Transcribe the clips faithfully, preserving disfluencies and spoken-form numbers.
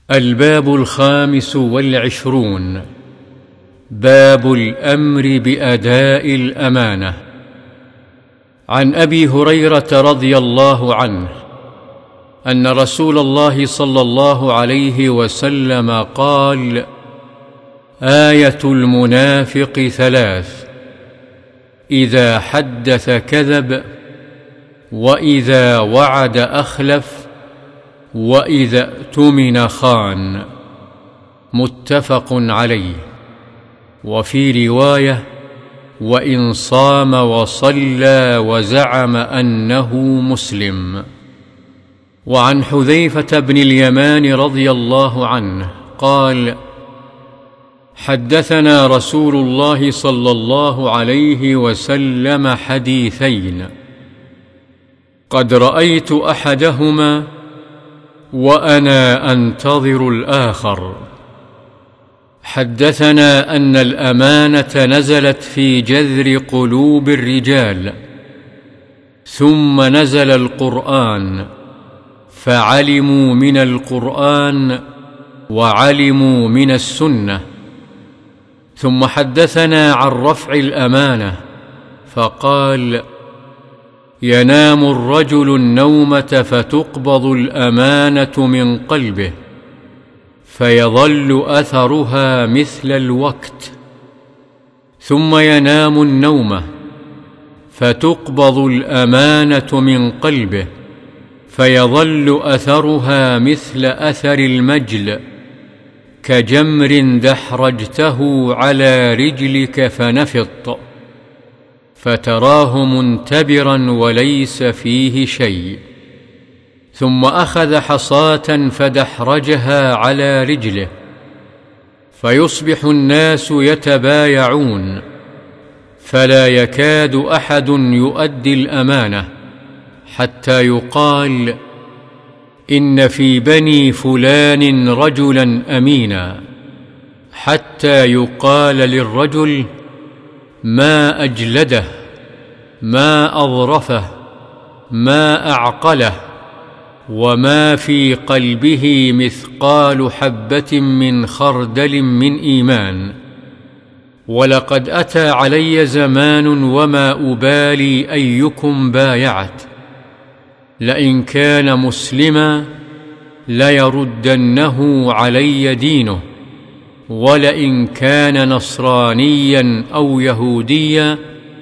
الباب الخامس والعشرون. باب الأمر بأداء الأمانة. عن أبي هريرة رضي الله عنه أن رسول الله صلى الله عليه وسلم قال: آية المنافق ثلاث: إذا حدث كذب، وإذا وعد أخلف، وإذا اؤتمن خان. متفق عليه. وفي رواية: وإن صام وصلى وزعم أنه مسلم. وعن حذيفة بن اليمان رضي الله عنه قال: حدثنا رسول الله صلى الله عليه وسلم حديثين قد رأيت أحدهما وأنا أنتظر الآخر. حدثنا أن الأمانة نزلت في جذر قلوب الرجال، ثم نزل القرآن فعلموا من القرآن وعلموا من السنة. ثم حدثنا عن رفع الأمانة فقال: ينام الرجل النومة فتقبض الأمانة من قلبه فيظل أثرها مثل الوقت، ثم ينام النومة فتقبض الأمانة من قلبه فيظل أثرها مثل أثر المجل، كجمر دحرجته على رجلك فنفط فتراه منتبرا وليس فيه شيء. ثم أخذ حصاة فدحرجها على رجله فيصبح الناس يتبايعون، فلا يكاد أحد يؤدي الأمانة حتى يقال: إن في بني فلان رجلا أمينا، حتى يقال للرجل: ما أجلده، ما أظرفه، ما أعقله، وما في قلبه مثقال حبة من خردل من إيمان. ولقد أتى علي زمان وما أبالي أيكم بايعت، لئن كان مسلما ليردنه علي دينه، ولئن كان نصرانيا أو يهوديا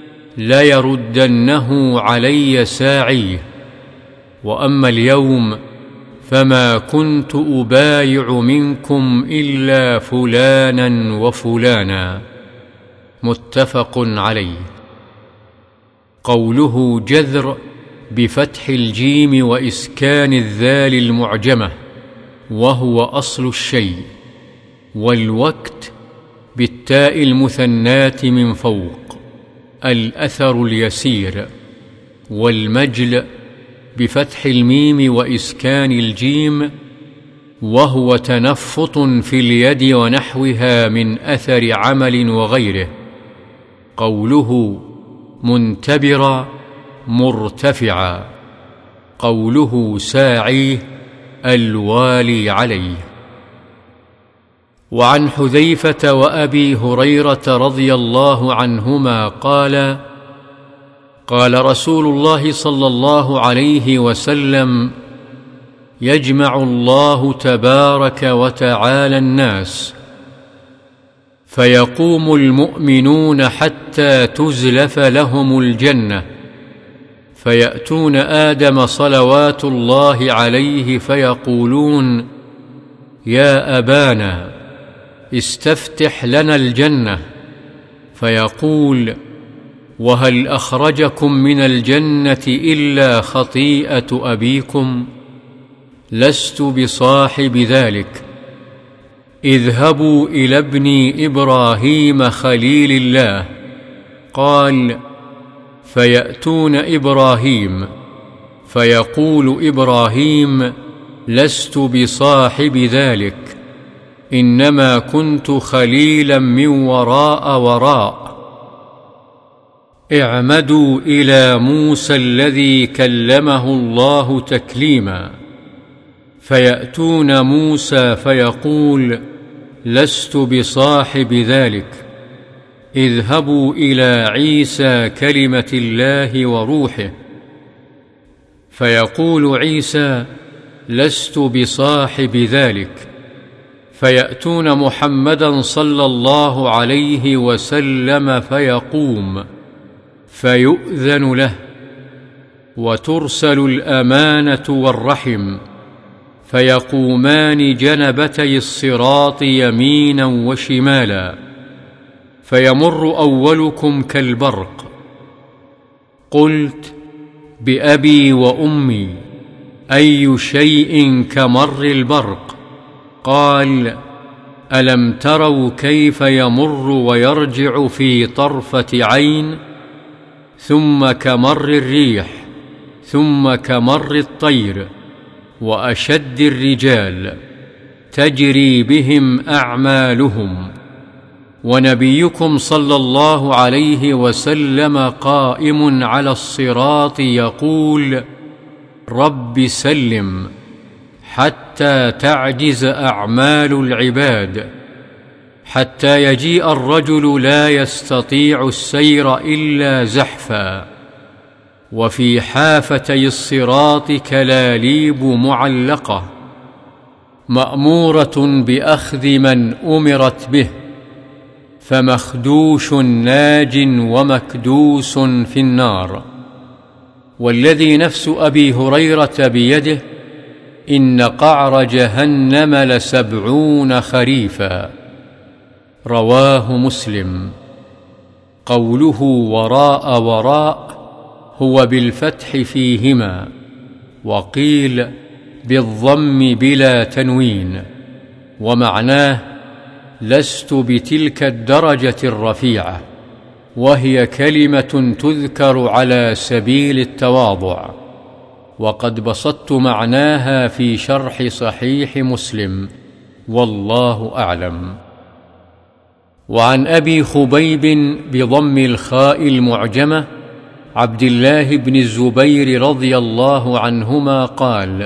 ليردنه علي ساعيه. وأما اليوم فما كنت أبايع منكم إلا فلانا وفلانا. متفق عليه. قوله جذر بفتح الجيم وإسكان الذال المعجمة، وهو أصل الشيء، والوقت بالتاء المثناة من فوق، الأثر اليسير. والمجل بفتح الميم وإسكان الجيم، وهو تنفط في اليد ونحوها من أثر عمل وغيره. قوله منتبرا مرتفعا. قوله ساعيه الوالي عليه. وعن حذيفة وأبي هريرة رضي الله عنهما قال: قال رسول الله صلى الله عليه وسلم: يجمع الله تبارك وتعالى الناس فيقوم المؤمنون حتى تزلف لهم الجنة، فيأتون آدم صلوات الله عليه فيقولون: يا أبانا استفتح لنا الجنة. فيقول: وهل أخرجكم من الجنة إلا خطيئة أبيكم؟ لست بصاحب ذلك. اذهبوا إلى ابن إبراهيم خليل الله. قال: فيأتون إبراهيم فيقول إبراهيم: لست بصاحب ذلك، إنما كنت خليلا من وراء وراء. اعمدوا إلى موسى الذي كلمه الله تكليما، فيأتون موسى فيقول: لست بصاحب ذلك، اذهبوا إلى عيسى كلمة الله وروحه. فيقول عيسى: لست بصاحب ذلك. فيأتون محمدا صلى الله عليه وسلم فيقوم، فيؤذن له، وترسل الأمانة والرحم، فيقومان جنبتي الصراط يمينا وشمالا، فيمر أولكم كالبرق. قلت: بأبي وأمي، أي شيء كمر البرق؟ قال: ألم تروا كيف يمر ويرجع في طرفة عين، ثم كمر الريح، ثم كمر الطير، وأشد الرجال، تجري بهم أعمالهم. ونبيكم صلى الله عليه وسلم قائم على الصراط يقول: رب سلم، حتى تعجز أعمال العباد، حتى يجيء الرجل لا يستطيع السير إلا زحفا، وفي حافتي الصراط كلاليب معلقة، مأمورة بأخذ من أمرت به، فمخدوش ناج ومكدوس في النار. والذي نفس أبي هريرة بيده، إن قعر جهنم لسبعون خريفا. رواه مسلم. قوله وراء وراء هو بالفتح فيهما، وقيل بالضم بلا تنوين، ومعناه: لست بتلك الدرجة الرفيعة، وهي كلمة تذكر على سبيل التواضع. وقد بسطت معناها في شرح صحيح مسلم، والله أعلم. وعن أبي خبيب بضم الخاء المعجمة عبد الله بن الزبير رضي الله عنهما قال: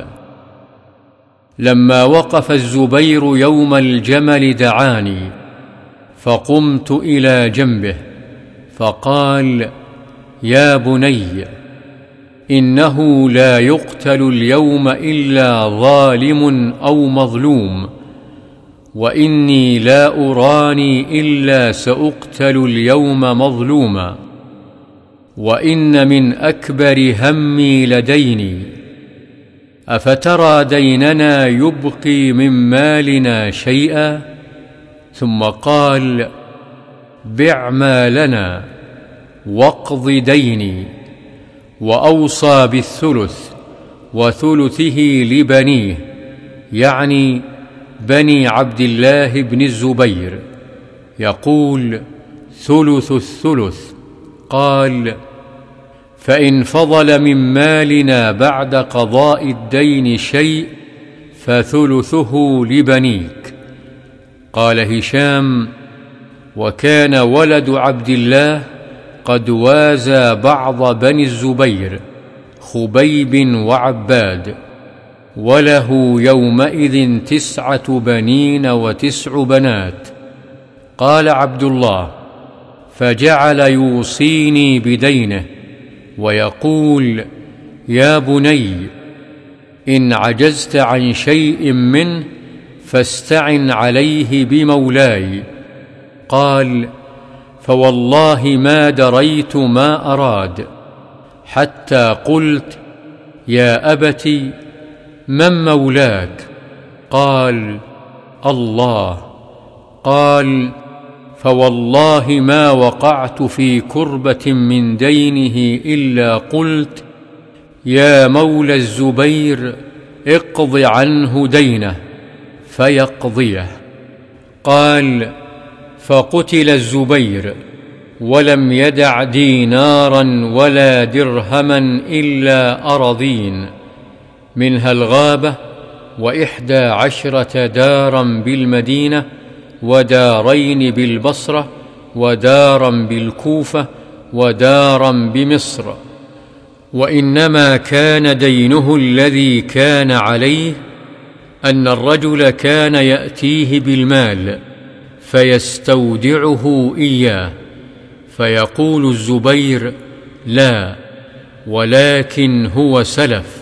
لما وقف الزبير يوم الجمل دعاني، فقمت إلى جنبه، فقال: يا بني، إنه لا يقتل اليوم إلا ظالم أو مظلوم، وإني لا أراني إلا سأقتل اليوم مظلوما، وإن من أكبر همي لديني، أفترى ديننا يبقي من مالنا شيئا؟ ثم قال: بع مالنا واقض ديني. وأوصى بالثلث، وثلثه لبنيه، يعني بني عبد الله بن الزبير. يقول: ثلث الثلث. قال: فإن فضل من مالنا بعد قضاء الدين شيء فثلثه لبنيك. قال هشام: وكان ولد عبد الله قد وازى بعض بني الزبير، خبيب وعباد، وله يومئذ تسعة بنين وتسع بنات. قال عبد الله: فجعل يوصيني بدينه، ويقول: يا بني، إن عجزت عن شيء منه فاستعن عليه بمولاي. قال: فوالله ما دريت ما أراد، حتى قلت: يا أبت، من مولاك؟ قال: الله. قال: فوالله ما وقعت في كربة من دينه إلا قلت: يا مولى الزبير، اقض عنه دينه، فيقضيه. قال: فقتل الزبير، ولم يدع دينارا ولا درهما إلا أراضين، منها الغابة، وإحدى عشرة دارا بالمدينة، ودارين بالبصرة، ودارا بالكوفة، ودارا بمصر. وإنما كان دينه الذي كان عليه أن الرجل كان يأتيه بالمال فيستودعه إياه، فيقول الزبير: لا، ولكن هو سلف،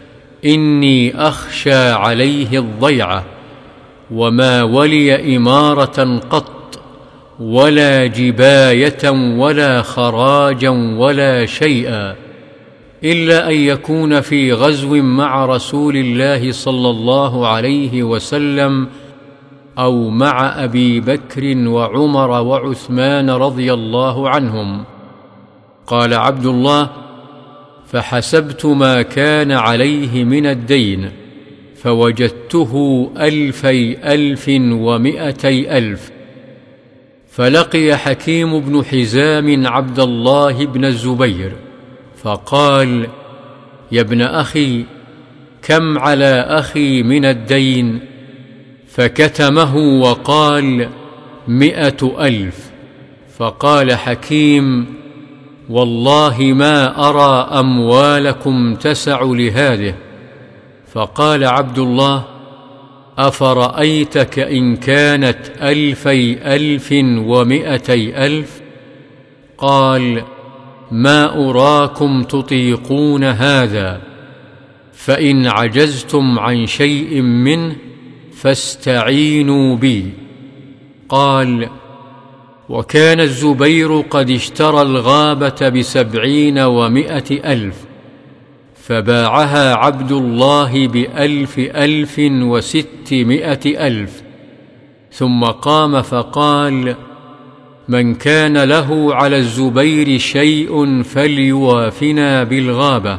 إني أخشى عليه الضيعة، وما ولي إمارة قط، ولا جباية ولا خراجا ولا شيئا، إلا أن يكون في غزو مع رسول الله صلى الله عليه وسلم أو مع أبي بكر وعمر وعثمان رضي الله عنهم. قال عبد الله: فحسبت ما كان عليه من الدين فوجدته ألفي ألف ومئتي ألف. فلقي حكيم بن حزام عبد الله بن الزبير فقال: يا ابن أخي، كم على أخي من الدين؟ فكتمه وقال: مئة ألف. فقال حكيم: والله ما أرى أموالكم تسع لهذه. فقال عبد الله: أفرأيتك إن كانت ألفي ألف ومئتي ألف؟ قال: ما أراكم تطيقون هذا، فإن عجزتم عن شيء منه فاستعينوا بي. قال: وكان الزبير قد اشترى الغابة بسبعين ومائة ألف، فباعها عبد الله بألف ألف وستمائة ألف، ثم قام فقال: من كان له على الزبير شيء فليوافنا بالغابة.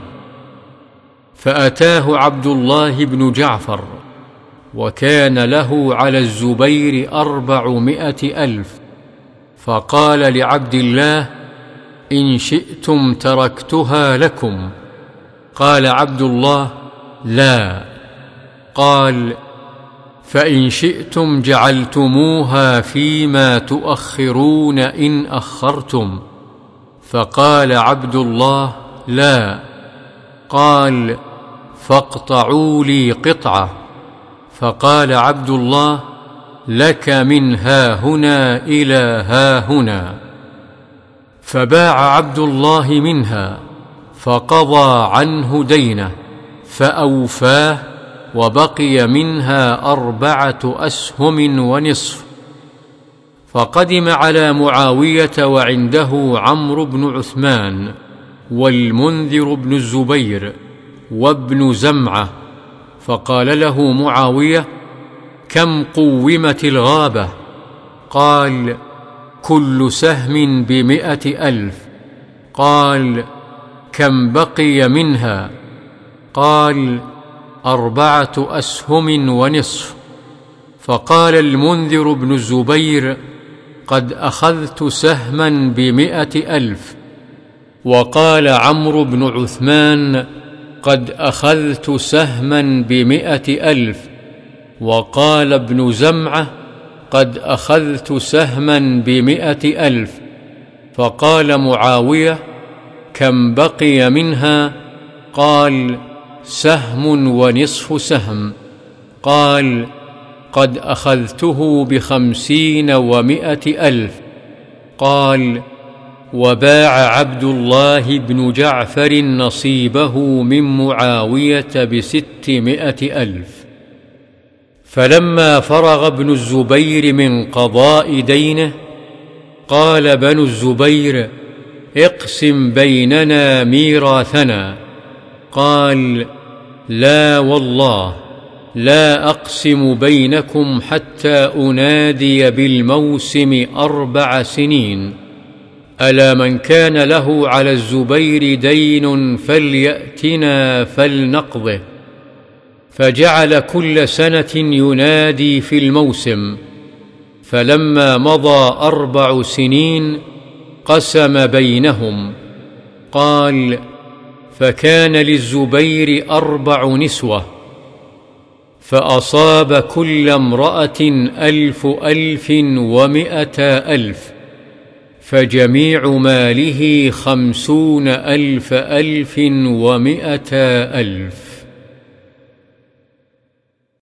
فأتاه عبد الله بن جعفر، وكان له على الزبير أربعمائة ألف، فقال لعبد الله: إن شئتم تركتها لكم. قال عبد الله: لا. قال: فإن شئتم جعلتموها فيما تؤخرون إن أخرتم. فقال عبد الله: لا. قال: فاقطعوا لي قطعة. فقال عبد الله: لك من هاهنا إلى هاهنا. فباع عبد الله منها فقضى عنه دينه فأوفاه، وبقي منها أربعة أسهم ونصف. فقدم على معاوية وعنده عمرو بن عثمان والمنذر بن الزبير وابن زمعة، فقال له معاوية: كم قومت الغابة؟ قال: كل سهم بمائة ألف. قال: كم بقي منها؟ قال: أربعة أسهم ونصف. فقال المنذر بن الزبير: قد أخذت سهما بمائة ألف. وقال عمرو بن عثمان: قد أخذت سهما بمائة ألف. وقال ابن زمعة: قد أخذت سهما بمائة ألف. فقال معاوية: كم بقي منها؟ قال: سهم ونصف سهم. قال: قد أخذته بخمسين ومائة ألف. قال: وباع عبد الله بن جعفر نصيبه من معاوية بستمائة ألف. فلما فرغ ابن الزبير من قضاء دينه قال بنو الزبير: اقسم بيننا ميراثنا. قال: لا والله، لا أقسم بينكم حتى أنادي بالموسم أربع سنين. ألا من كان له على الزبير دين فليأتنا فلنقضه. فجعل كل سنة ينادي في الموسم، فلما مضى أربع سنين قسم بينهم. قال: فكان للزبير أربع نسوة، فأصاب كل امرأة ألف ألف ومائة ألف، فجميع ماله خمسون ألف ألف ومائة ألف.